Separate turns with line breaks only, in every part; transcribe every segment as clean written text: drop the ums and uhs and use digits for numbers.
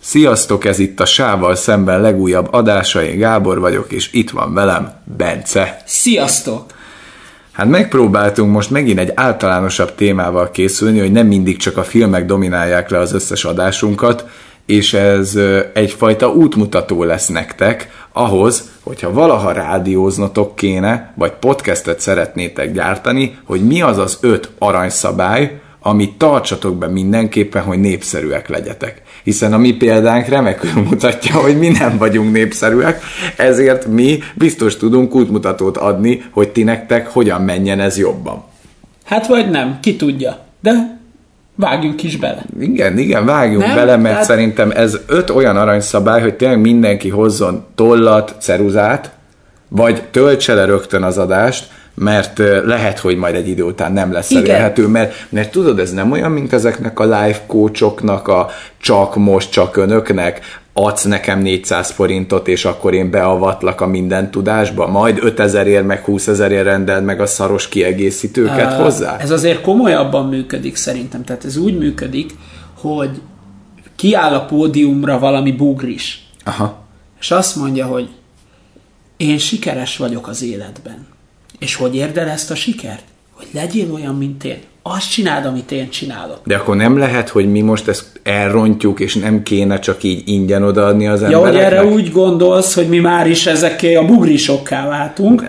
Sziasztok, ez itt a Sávval szemben legújabb adása, én Gábor vagyok, és itt van velem Bence.
Sziasztok!
Hát megpróbáltunk most megint egy általánosabb témával készülni, hogy nem mindig csak a filmek dominálják le az összes adásunkat, és ez egyfajta útmutató lesz nektek ahhoz, hogyha valaha rádióznotok kéne, vagy podcastet szeretnétek gyártani, hogy mi az az 5 aranyszabály, amit tartsatok be mindenképpen, hogy népszerűek legyetek. Hiszen a mi példánk remekül mutatja, hogy mi nem vagyunk népszerűek, ezért mi biztos tudunk útmutatót adni, hogy ti nektek hogyan menjen ez jobban.
Hát vagy nem, ki tudja, de vágjunk is bele.
Igen, vágjunk bele, mert szerintem ez 5 olyan aranyszabály, hogy tényleg mindenki hozzon tollat, ceruzát, vagy töltse le rögtön az adást, mert lehet, hogy majd egy idő után nem lesz elérhető, mert tudod, ez nem olyan, mint ezeknek a life coachoknak, a csak most, csak önöknek, adsz nekem 400 forintot, és akkor én beavatlak a minden tudásba, majd 5000-ért, meg 20 000-ért rendeld meg a szaros kiegészítőket hozzá?
Ez azért komolyabban működik szerintem, tehát ez úgy működik, hogy kiáll a pódiumra valami bugris, és azt mondja, hogy én sikeres vagyok az életben. És hogy érd el ezt a sikert? Hogy legyél olyan, mint én. Azt csináld, amit én csinálok.
De akkor nem lehet, hogy mi most ezt elrontjuk, és nem kéne csak így ingyen odaadni az embereknek?
Ja, hogy erre úgy gondolsz, hogy mi már is ezekkel a bugrisokká váltunk,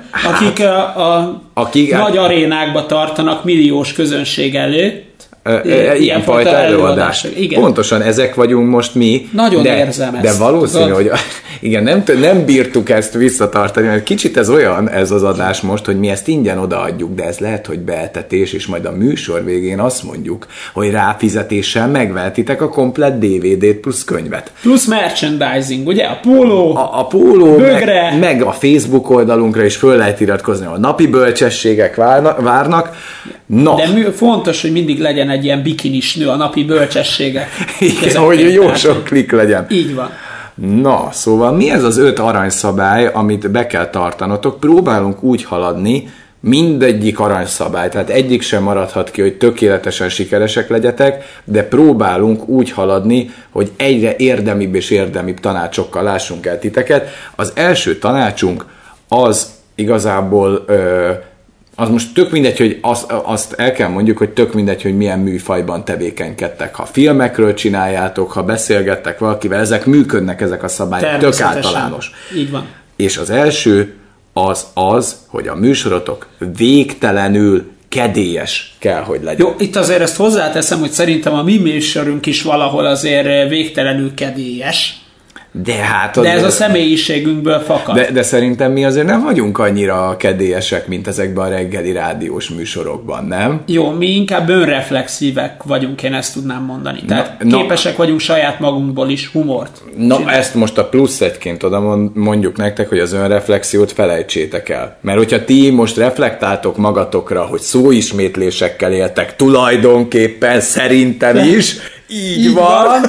akik nagy arénákba tartanak milliós közönség előtt.
Ilyen fajta előadás. Pontosan ezek vagyunk most mi.
Nagyon érzem ezt.
De valószínű, hogy igen, nem bírtuk ezt visszatartani, mert kicsit ez olyan, ez az adás most, hogy mi ezt ingyen odaadjuk, de ez lehet, hogy beeltetés, és majd a műsor végén azt mondjuk, hogy ráfizetéssel megvehetitek a komplett DVD-t plusz könyvet.
Plusz merchandising, ugye? A póló,
a póló
bögre.
Meg a Facebook oldalunkra is föl lehet iratkozni, a napi bölcsességek várnak. Na.
De fontos, hogy mindig legyen egy ilyen bikinis nő a napi bölcsességek.
Igen, hogy jó sok klik legyen.
Így van.
Na, szóval mi ez az 5 aranyszabály, amit be kell tartanotok? Próbálunk úgy haladni, mindegyik aranyszabály, tehát egyik sem maradhat ki, hogy tökéletesen sikeresek legyetek, de próbálunk úgy haladni, hogy egyre érdemibb és érdemibb tanácsokkal lássunk el titeket. Az első tanácsunk az igazából... az most tök mindegy, hogy azt el kell mondjuk, hogy tök mindegy, hogy milyen műfajban tevékenykedtek. Ha filmekről csináljátok, ha beszélgettek valakivel, ezek működnek, ezek a szabályok, tök általános.
Így van.
És az első az, hogy a műsorotok végtelenül kedélyes kell, hogy legyen.
Jó, itt azért ezt hozzáteszem, hogy szerintem a mi műsorunk is valahol azért végtelenül kedélyes. De ez a személyiségünkből fakad.
De szerintem mi azért nem vagyunk annyira kedélyesek, mint ezekben a reggeli rádiós műsorokban, nem?
Jó, mi inkább önreflexívek vagyunk, én ezt tudnám mondani. Tehát képesek vagyunk saját magunkból is humort csinálni.
Ezt most a plusz egyként oda mondjuk nektek, hogy az önreflexiót felejtsétek el. Mert hogyha ti most reflektáltok magatokra, hogy szóismétlésekkel éltek tulajdonképpen szerintem is, így van.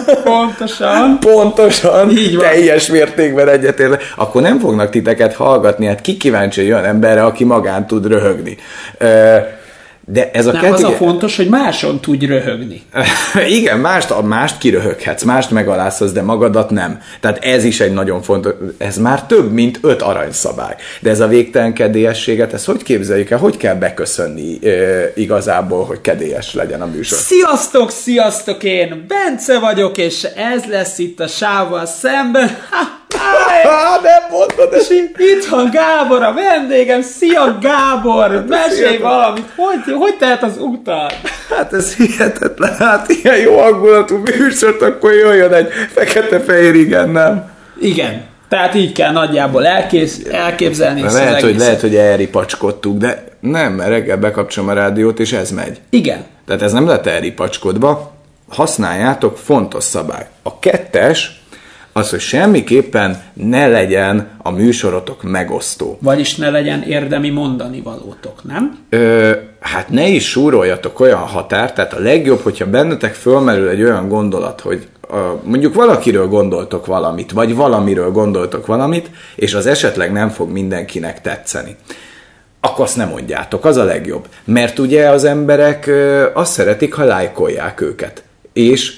Pontosan. Így van. Teljes mértékben egyetértek. Akkor nem fognak titeket hallgatni, hát ki kíváncsi egy olyan emberre, aki magán tud röhögni. De ez
az a fontos, hogy máson tudj röhögni.
Igen, mást kiröhöghetsz, mást megalázhatsz, de magadat nem. Tehát ez is egy nagyon fontos, ez már több, mint 5 aranyszabály. De ez a végtelen kedélyességet, ezt hogy képzeljük el, hogy kell beköszönni igazából, hogy kedélyes legyen a műsor?
Sziasztok, én Bence vagyok, és ez lesz itt a Sávval szemben.
Nem mondod, és
itt van Gábor, a vendégem. Szia, Gábor! Mesélj valamit, hogy tehet az utat?
Hát ez hihetetlen, hát ilyen jó hangulatú műsort, akkor jöjjön egy fekete-fehér, igen, nem?
Igen, tehát így kell nagyjából elképzelni.
Lehet, hogy elripacskodtuk, de nem, mert reggel bekapcsolom a rádiót, és ez megy.
Igen.
Tehát ez nem lett elripacskodva, használjátok, fontos szabály. A 2 az, hogy semmiképpen ne legyen a műsorotok megosztó.
Vagyis ne legyen érdemi mondani valótok, nem?
Hát ne is súroljatok olyan határt, tehát a legjobb, hogyha bennetek fölmerül egy olyan gondolat, hogy mondjuk valakiről gondoltok valamit, vagy valamiről gondoltok valamit, és az esetleg nem fog mindenkinek tetszeni. Akkor azt nem mondjátok, az a legjobb. Mert ugye az emberek azt szeretik, ha lájkolják őket. És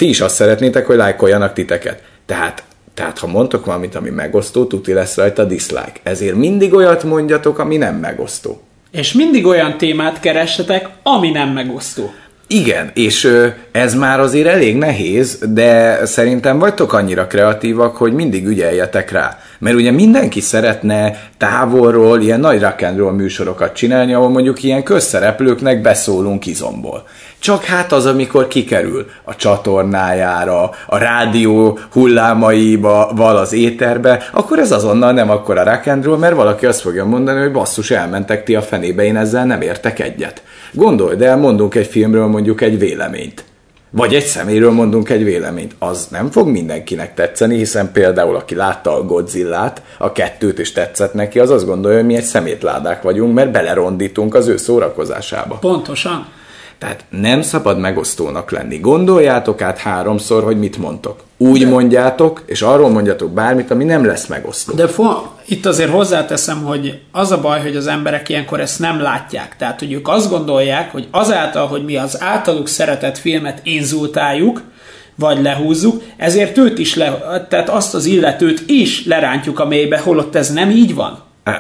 ti is azt szeretnétek, hogy lájkoljanak titeket. Tehát ha mondtok valamit, ami megosztó, tuti lesz rajta dislike. Ezért mindig olyat mondjatok, ami nem megosztó.
És mindig olyan témát keressetek, ami nem megosztó.
Igen, és ez már azért elég nehéz, de szerintem vagytok annyira kreatívak, hogy mindig ügyeljetek rá. Mert ugye mindenki szeretne távolról ilyen nagy rock and roll műsorokat csinálni, ahol mondjuk ilyen közszereplőknek beszólunk izomból. Csak hát az, amikor kikerül a csatornájára, a rádió hullámaival az éterbe, akkor ez azonnal nem akkora rock and roll, mert valaki azt fogja mondani, hogy basszus, elmentek ti a fenébe, én ezzel nem értek egyet. Gondold el, mondunk egy filmről mondjuk egy véleményt. Vagy egy személyről mondunk egy véleményt. Az nem fog mindenkinek tetszeni, hiszen például aki látta a Godzillát, a 2-t és tetszett neki, az azt gondolja, hogy mi egy szemétládák vagyunk, mert belerondítunk az ő szórakozásába.
Pontosan.
Tehát nem szabad megosztónak lenni. Gondoljátok át 3-szor, hogy mit mondtok. Úgy mondjátok, és arról mondjatok bármit, ami nem lesz megosztó.
De itt azért hozzáteszem, hogy az a baj, hogy az emberek ilyenkor ezt nem látják. Tehát, hogy ők azt gondolják, hogy azáltal, hogy mi az általuk szeretett filmet inzultáljuk, vagy lehúzzuk, ezért őt is tehát azt az illetőt is lerántjuk a mélybe, holott ez nem így van.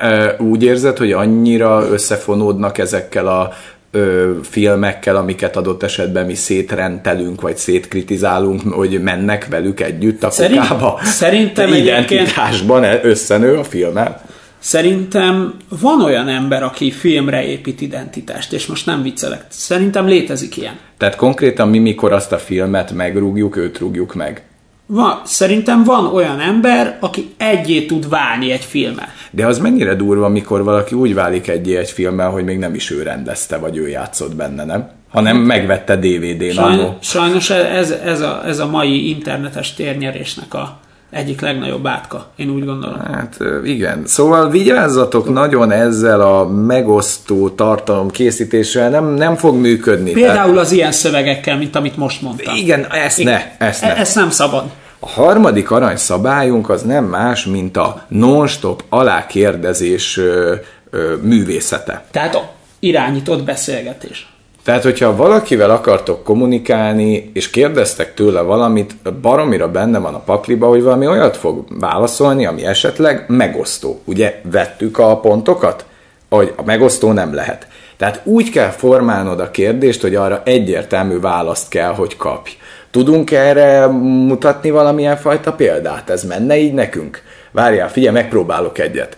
Úgy érzed, hogy annyira összefonódnak ezekkel a filmekkel, amiket adott esetben mi szétrentelünk, vagy szétkritizálunk, hogy mennek velük együtt a kukába?
Szerintem
identitásban összenő a filmmel?
Szerintem van olyan ember, aki filmre épít identitást, és most nem viccelek. Szerintem létezik ilyen.
Tehát konkrétan mi, mikor azt a filmet megrúgjuk, őt rúgjuk meg?
Szerintem van olyan ember, aki egyé tud válni egy filmmel.
De az mennyire durva, mikor valaki úgy válik egyé egy filmmel, hogy még nem is ő rendezte, vagy ő játszott benne, nem? Hanem megvette DVD-n.
Sajnos ez a mai internetes térnyerésnek a egyik legnagyobb átka, én úgy gondolom.
Hát igen. Szóval vigyázzatok nagyon ezzel a megosztó tartalom készítéssel, nem fog működni.
Például az ilyen szövegekkel, mint amit most mondtam.
Igen, ezt ne.
Ezt nem szabad.
A harmadik aranyszabályunk az nem más, mint a non-stop alákérdezés művészete.
Tehát irányított beszélgetés.
Tehát, hogyha valakivel akartok kommunikálni, és kérdeztek tőle valamit, baromira benne van a pakliba, hogy valami olyat fog válaszolni, ami esetleg megosztó. Ugye vettük a pontokat, hogy a megosztó nem lehet. Tehát úgy kell formálnod a kérdést, hogy arra egyértelmű választ kell, hogy kapj. Tudunk erre mutatni valamilyen fajta példát? Ez menne így nekünk? Várjál, figyelj, megpróbálok egyet.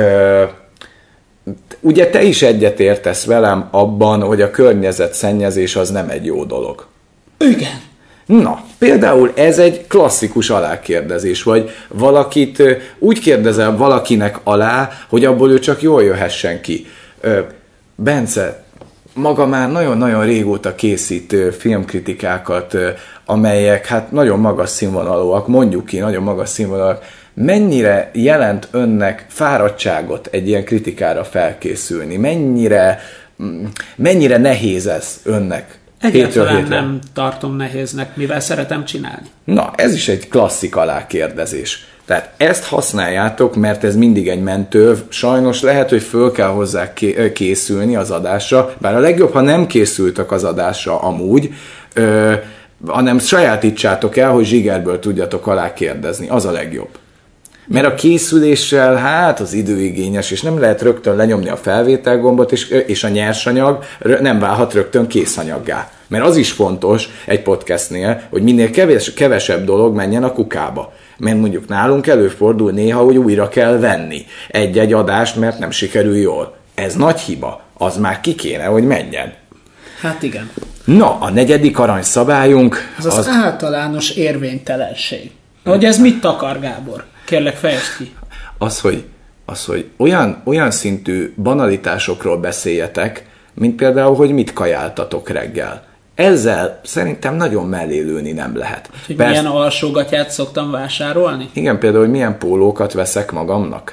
Ugye te is egyet értesz velem abban, hogy a környezetszennyezés az nem egy jó dolog.
Igen.
Na, például ez egy klasszikus alákérdezés, vagy valakit úgy kérdezel valakinek alá, hogy abból ő csak jól jöhessen ki. Bence, maga már nagyon-nagyon régóta készít filmkritikákat, amelyek hát nagyon magas színvonalúak, mondjuk ki, nagyon magas színvonalúak. Mennyire jelent önnek fáradtságot egy ilyen kritikára felkészülni? Mennyire nehéz ez önnek?
Egyáltalán nem tartom nehéznek, mivel szeretem csinálni.
Na, ez is egy klasszik alákérdezés. Tehát ezt használjátok, mert ez mindig egy mentő. Sajnos lehet, hogy föl kell hozzá készülni az adásra, bár a legjobb, ha nem készültök az adásra amúgy, hanem sajátítsátok el, hogy zsigerből tudjatok alákérdezni. Az a legjobb. Mert a készüléssel, hát az időigényes, és nem lehet rögtön lenyomni a felvételgombot, és a nyersanyag nem válhat rögtön készanyaggá. Mert az is fontos egy podcastnél, hogy minél kevesebb dolog menjen a kukába. Mert mondjuk nálunk előfordul néha, hogy újra kell venni egy-egy adást, mert nem sikerül jól. Ez nagy hiba. Az már ki kéne, hogy menjen.
Hát igen.
Na, a negyedik aranyszabályunk...
Az általános érvénytelenség. Hogy ez mit takar, Gábor? Kérlek, fejezd ki.
Az, hogy olyan szintű banalitásokról beszéljetek, mint például, hogy mit kajáltatok reggel. Ezzel szerintem nagyon mellélőni nem lehet.
Hogy milyen alsógatyát szoktam vásárolni?
Igen, például, hogy milyen pólókat veszek magamnak.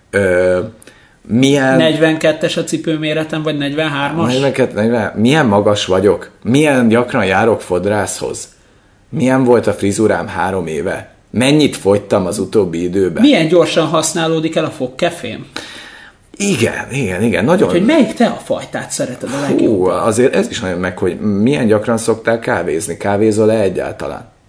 Milyen...
42-es a cipőméretem, vagy 43-as?
42, milyen magas vagyok? Milyen gyakran járok fodrászhoz? Milyen volt a frizurám 3 éve? Mennyit fogytam az utóbbi időben?
Milyen gyorsan használódik el a fogkefém?
Igen. Nagyon...
Hogy melyik te a fajtát szereted a legjobban?
Azért ez is nagyon meg, hogy milyen gyakran szoktál kávézni? Kávézol-e egyáltalán?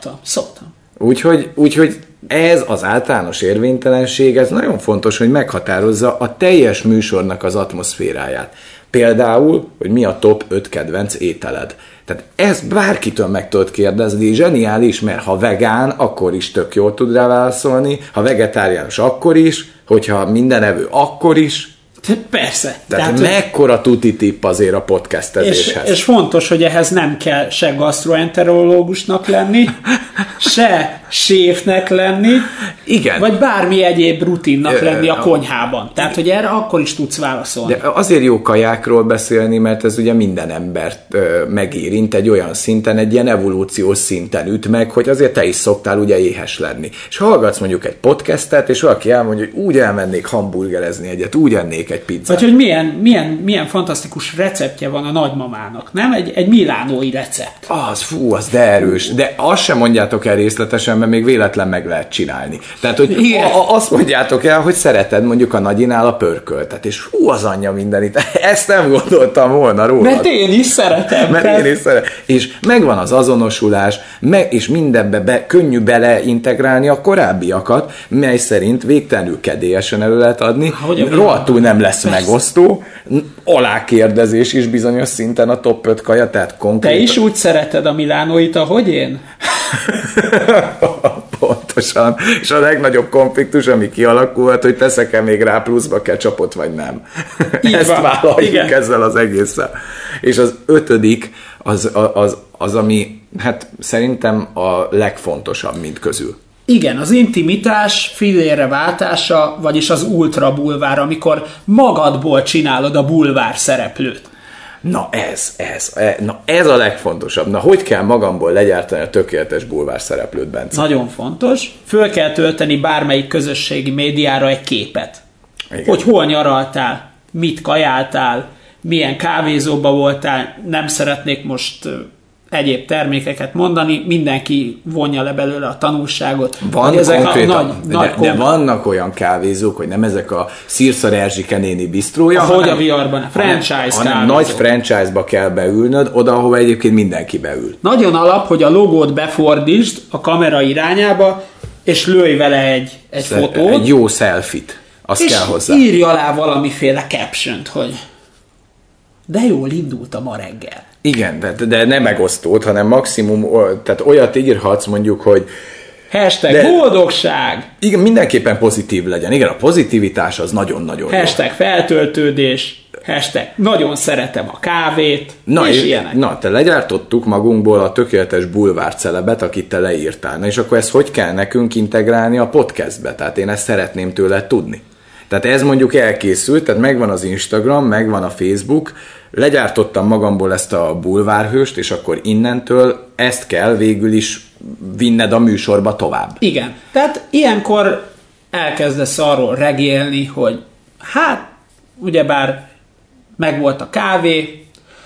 Szoktam.
Úgyhogy ez az általános érvénytelenség, ez nagyon fontos, hogy meghatározza a teljes műsornak az atmoszféráját. Például, hogy mi a top 5 kedvenc ételed. Tehát ezt bárkitől meg tudod kérdezni, zseniális, mert ha vegán, akkor is tök jól tud rá válaszolni, ha vegetáriánus, akkor is, hogyha mindenevő, akkor is.
Persze.
Tehát mekkora tuti tipp azért a podcastezéshez.
És fontos, hogy ehhez nem kell se gastroenterológusnak lenni, se séfnek lenni,
igen.
Vagy bármi egyéb rutinnak lenni a konyhában. Tehát, hogy erre akkor is tudsz válaszolni.
De azért jó kajákról beszélni, mert ez ugye minden embert megérint egy olyan szinten, egy ilyen evolúciós szinten üt meg, hogy azért te is szoktál ugye éhes lenni. És hallgatsz mondjuk egy podcastet, és valaki elmondja, hogy úgy elmennék hamburgerezni egyet, úgy ennék egy pizzát.
Vagy hogy milyen fantasztikus receptje van a nagymamának, nem? Egy milánói recept.
Az de erős. De azt sem mondjátok el részletesen, mert még véletlen meg lehet csinálni. Tehát, hogy azt mondjátok el, hogy szereted mondjuk a nagyinál a pörköltet, és az anyja mindenit. Ezt nem gondoltam volna róla.
Mert én is szeretem.
És megvan az azonosulás, és mindenbe könnyű beleintegrálni a korábbiakat, mely szerint végtelenül kedélyesen elő lehet adni. Rohadtul nem lesz megosztó, alákérdezés is bizonyos szinten a top 5 kaja, tehát konkrétan.
Te is úgy szereted a milánóit, ahogy én?
Pontosan. És a legnagyobb konfliktus, ami kialakulhat, hogy teszek-e még rá pluszba ketchupot, vagy nem. Ezt vállaljuk ezzel az egésszel. És az 5. az, ami hát szerintem a legfontosabb mind közül.
Igen, az intimitás fillérre váltása, vagyis az ultra bulvár, amikor magadból csinálod a bulvár szereplőt.
Na ez a legfontosabb. Na, hogy kell magamból legyártani a tökéletes bulvár szereplőt, Bence?
Nagyon fontos. Föl kell tölteni bármelyik közösségi médiára egy képet. Igen. Hogy hol nyaraltál, mit kajáltál, milyen kávézóba voltál, nem szeretnék most egyéb termékeket mondani, mindenki vonja le belőle a tanulságot.
Van konkrétan, de vannak olyan kávézók, hogy nem ezek a Szirszar Erzsike néni bisztrója,
hogy a viharban, a franchise
hanem nagy franchise-ba kell beülnöd, oda, ahova egyébként mindenki beül.
Nagyon alap, hogy a logót befordítsd a kamera irányába, és lőj vele egy fotót.
Egy jó selfie-t. Azt kell hozzá.
És írj alá valamiféle caption-t, hogy de jól indult ma reggel.
Igen, de nem megosztót, hanem maximum, tehát olyat írhatsz mondjuk, hogy
boldogság! Igen,
mindenképpen pozitív legyen. Igen, a pozitivitás az nagyon-nagyon jó.
Feltöltődés, nagyon szeretem a kávét, és ilyenek.
Na, te legyártottuk magunkból a tökéletes bulvár celebet, akit te leírtál. Na, és akkor ezt hogy kell nekünk integrálni a podcastbe? Tehát én ezt szeretném tőled tudni. Tehát ez mondjuk elkészült, tehát megvan az Instagram, megvan a Facebook, legyártottam magamból ezt a bulvárhőst, és akkor innentől ezt kell végül is vinned a műsorba tovább.
Igen. Tehát ilyenkor elkezdesz arról regélni, hogy hát, ugyebár megvolt a kávé,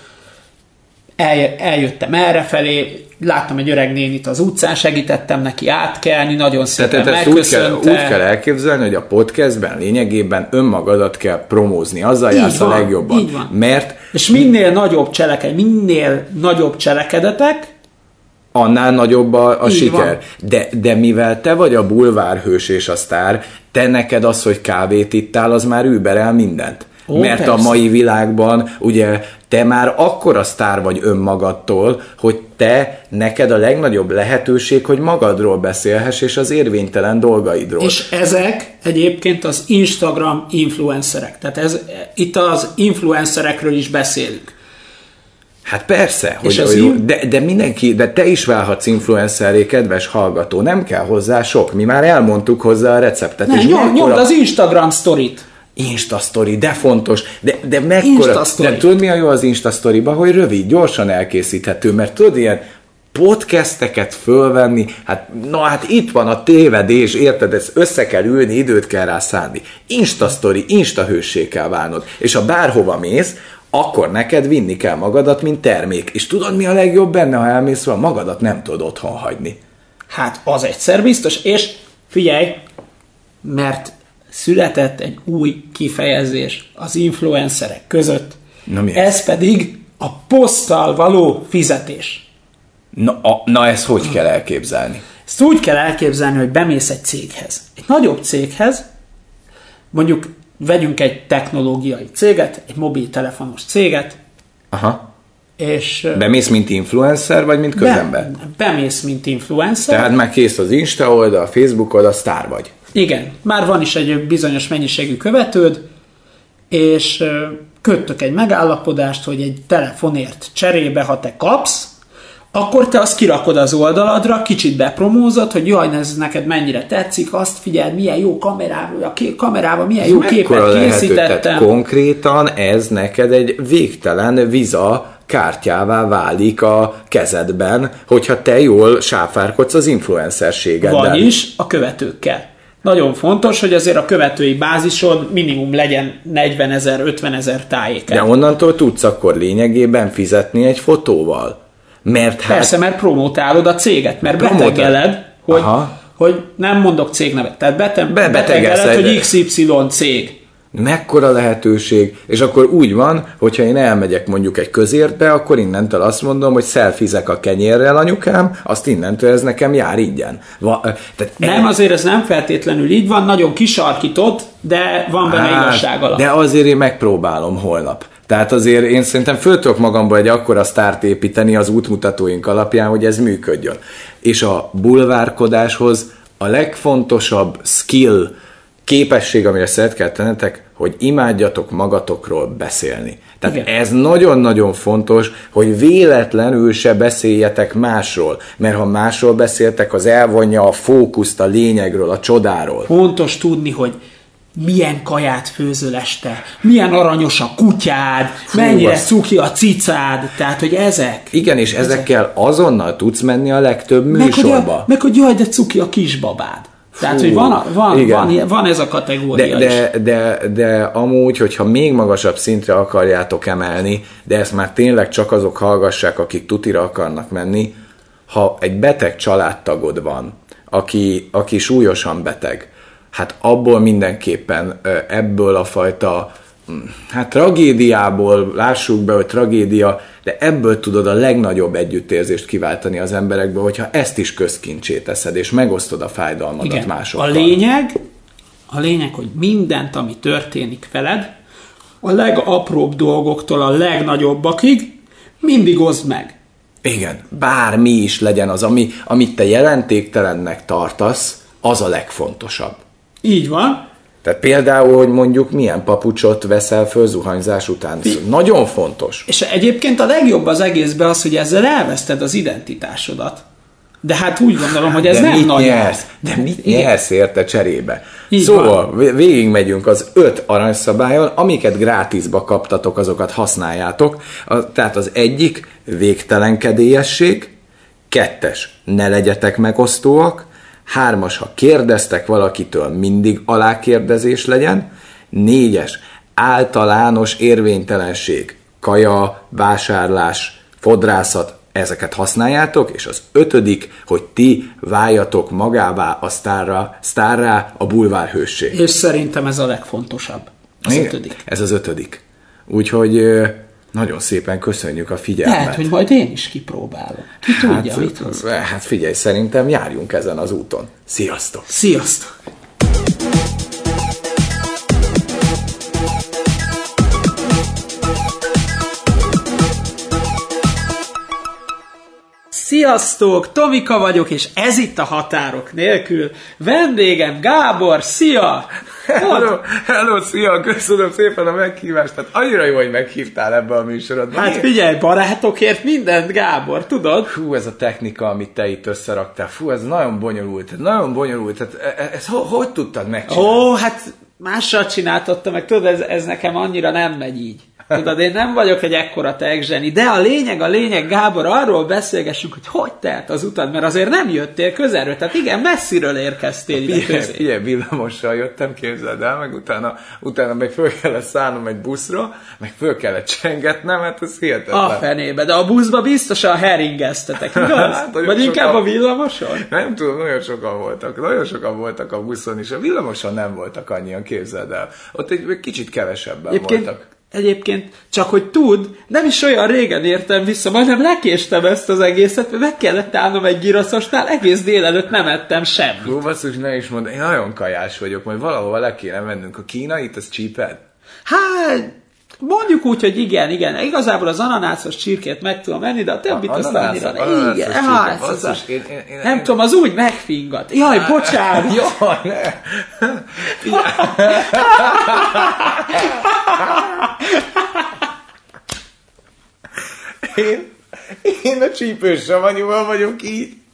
eljöttem errefelé, láttam egy öreg nénit az utcán, segítettem neki átkelni, nagyon szépen megköszönte.
Úgy kell elképzelni, hogy a podcastben lényegében önmagadat kell promózni, azzal jársz a legjobban.
Így van. És minél nagyobb cselekedetek,
annál nagyobb a siker. De mivel te vagy a bulvárhős és a sztár, te neked az, hogy kávét ittál, az már überel mindent. Mert persze. A mai világban ugye te már akkora sztár vagy önmagadtól, hogy neked a legnagyobb lehetőség, hogy magadról beszélhess, és az érvénytelen dolgaidról.
És ezek egyébként az Instagram influencerek. Tehát itt az influencerekről is beszélünk.
Hát persze, de mindenki, de te is válhatsz influencerré, kedves hallgató, nem kell hozzá sok, mi már elmondtuk hozzá a receptet.
Nyomd az Instagram sztorit.
Instastory, de fontos, de mekkora, de tudod mi a jó az Instastoryban, hogy rövid, gyorsan elkészíthető, mert tudod ilyen podcasteket fölvenni, hát itt van a tévedés, érted, ezt össze kell ülni, időt kell rá szánni. Instastory, instahőssé kell válnod, és ha bárhova mész, akkor neked vinni kell magadat, mint termék. És tudod mi a legjobb benne, ha elmész, magadat nem tudod otthon hagyni.
Hát az egyszer biztos, és figyelj, mert született egy új kifejezés az influencerek között. Ez pedig a poszttal való fizetés.
Na ezt hogy kell elképzelni?
Ezt úgy kell elképzelni, hogy bemész egy céghez. Egy nagyobb céghez, mondjuk vegyünk egy technológiai céget, egy mobiltelefonos céget,
Aha.
És
bemész, mint influencer, vagy mint közember?
Bemész, mint influencer.
Tehát már kész az Insta oldal, a Facebook oldal, sztár vagy.
Igen, már van is egy bizonyos mennyiségű követőd, és köttök egy megállapodást, hogy egy telefonért cserébe, ha te kapsz, akkor te azt kirakod az oldaladra, kicsit bepromózod, hogy jaj, ez neked mennyire tetszik, azt figyeld, milyen jó kamerával, milyen jó képet készítettem.
Tehát konkrétan ez neked egy végtelen Visa kártyává válik a kezedben, hogyha te jól sáfárkodsz az influencerségeddel.
Vagyis a követőkkel. Nagyon fontos, hogy azért a követői bázisod minimum legyen 40 000, 50 000 tájéken.
De onnantól tudsz akkor lényegében fizetni egy fotóval. Mert
persze, mert promotálod a céget, mert betegeled, hogy nem mondok cégnevet, tehát betegeled, hogy XY cég.
Mekkora lehetőség, és akkor úgy van, hogyha én elmegyek mondjuk egy közértbe, akkor innentől azt mondom, hogy szelfizek a kenyérrel, anyukám, azt innentől ez nekem jár ingyen.
Nem, azért ez nem feltétlenül így van, nagyon kisarkított, de van benne igazság alap.
De azért én megpróbálom holnap. Tehát azért én szerintem föl tudok magamból egy akkora sztárt építeni az útmutatóink alapján, hogy ez működjön. És a bulvárkodáshoz a legfontosabb skill, képesség, amire szeret kell tennetek, hogy imádjatok magatokról beszélni. Tehát igen. Ez nagyon-nagyon fontos, hogy véletlenül se beszéljetek másról, mert ha másról beszéltek, az elvonja a fókuszt a lényegről, a csodáról.
Fontos tudni, hogy milyen kaját főzöl este, milyen aranyos a kutyád, mennyire cuki a cicád, tehát, hogy ezek.
Igen, és ezekkel azonnal tudsz menni a legtöbb műsorba.
Meg hogy jaj, de cuki a kisbabád. Tehát, hogy van ez a kategória
de amúgy, hogyha még magasabb szintre akarjátok emelni, de ezt már tényleg csak azok hallgassák, akik tutira akarnak menni, ha egy beteg családtagod van, aki súlyosan beteg, hát abból mindenképpen ebből a fajta tragédiából, lássuk be, hogy tragédia, de ebből tudod a legnagyobb együttérzést kiváltani az emberekből, hogyha ezt is közkincsé teszed, és megosztod a fájdalmadat másokkal.
A lényeg, hogy mindent, ami történik veled, a legapróbb dolgoktól a legnagyobbakig, mindig oszd meg.
Igen, bármi is legyen az, amit te jelentéktelennek tartasz, az a legfontosabb.
Így van.
Tehát például, hogy mondjuk milyen papucsot veszel föl zuhanyzás után. Nagyon fontos.
És egyébként a legjobb az egészben az, hogy ezzel elveszted az identitásodat. De hát úgy gondolom, hogy ez nem nagy.
De mit nyersz érte cserébe? Így szóval végigmegyünk az 5 aranyszabályon, amiket grátisba kaptatok, azokat használjátok. Tehát az egyik végtelenkedélyesség, 2, ne legyetek megosztóak, 3, ha kérdeztek valakitől, mindig alákérdezés legyen. 4, általános érvénytelenség, kaja, vásárlás, fodrászat, ezeket használjátok, és az 5, hogy ti váljatok magává a sztárrá a bulvárhősség.
És szerintem ez a legfontosabb. Az 5.
Ez az 5. Úgyhogy nagyon szépen köszönjük a figyelmet.
Lehet, hogy majd én is kipróbálom. Ki tudja, mit hoz.
Hát figyelj, szerintem járjunk ezen az úton. Sziasztok!
Sziasztok! Sziasztok! Tomika vagyok, és ez itt a Határok nélkül. Vendégem Gábor, szia!
Hello, szia! Köszönöm szépen a meghívást. Tehát annyira jó, hogy meghívtál ebbe a műsorodba.
Hát figyelj, barátokért mindent, Gábor, tudod?
Hú, ez a technika, amit te itt összeraktál. Fú, ez nagyon bonyolult. Nagyon bonyolult. Tehát ezt hogy tudtad megcsinálni?
Hát mással csináltattam, meg tudod, ez nekem annyira nem megy így. Tudod, én nem vagyok egy ekkora tech zseni, de a lényeg, Gábor, arról beszélgessünk, hogy telt az utad, mert azért nem jöttél közelről, tehát igen, messziről érkeztél ide közé.
Figyelj, villamossal jöttem, képzeld el, meg utána meg föl kellett szállnom egy buszra, meg föl kellett csengetnem, hát ez hihetetlen.
A fenébe, de a buszba biztosan heringeztetek, igaz? Hát, vagy inkább a villamoson?
Nem tudom, nagyon sokan voltak a buszon is, a villamoson nem voltak annyian, képzeld el. Ott egy kicsit kevesebben voltak.
Egyébként, csak hogy tud, nem is olyan régen értem vissza, majdnem lekéstem ezt az egészet, mert meg kellett állnom egy gyroszosnál, egész délelőtt nem ettem semmit.
Hú, basszus, ne is mondd, én nagyon kajás vagyok, majd valahova le kéne mennünk. A kínait, az csíped?
Hát, mondjuk úgy, hogy igen. Igazából az ananászos csirkét meg tudom enni, de a többit azt annyira... Igen, nem tudom, az úgy megfingat. Jaj, bocsánat!
Jaj, ne! Én a csípős savanyúval vagyok így.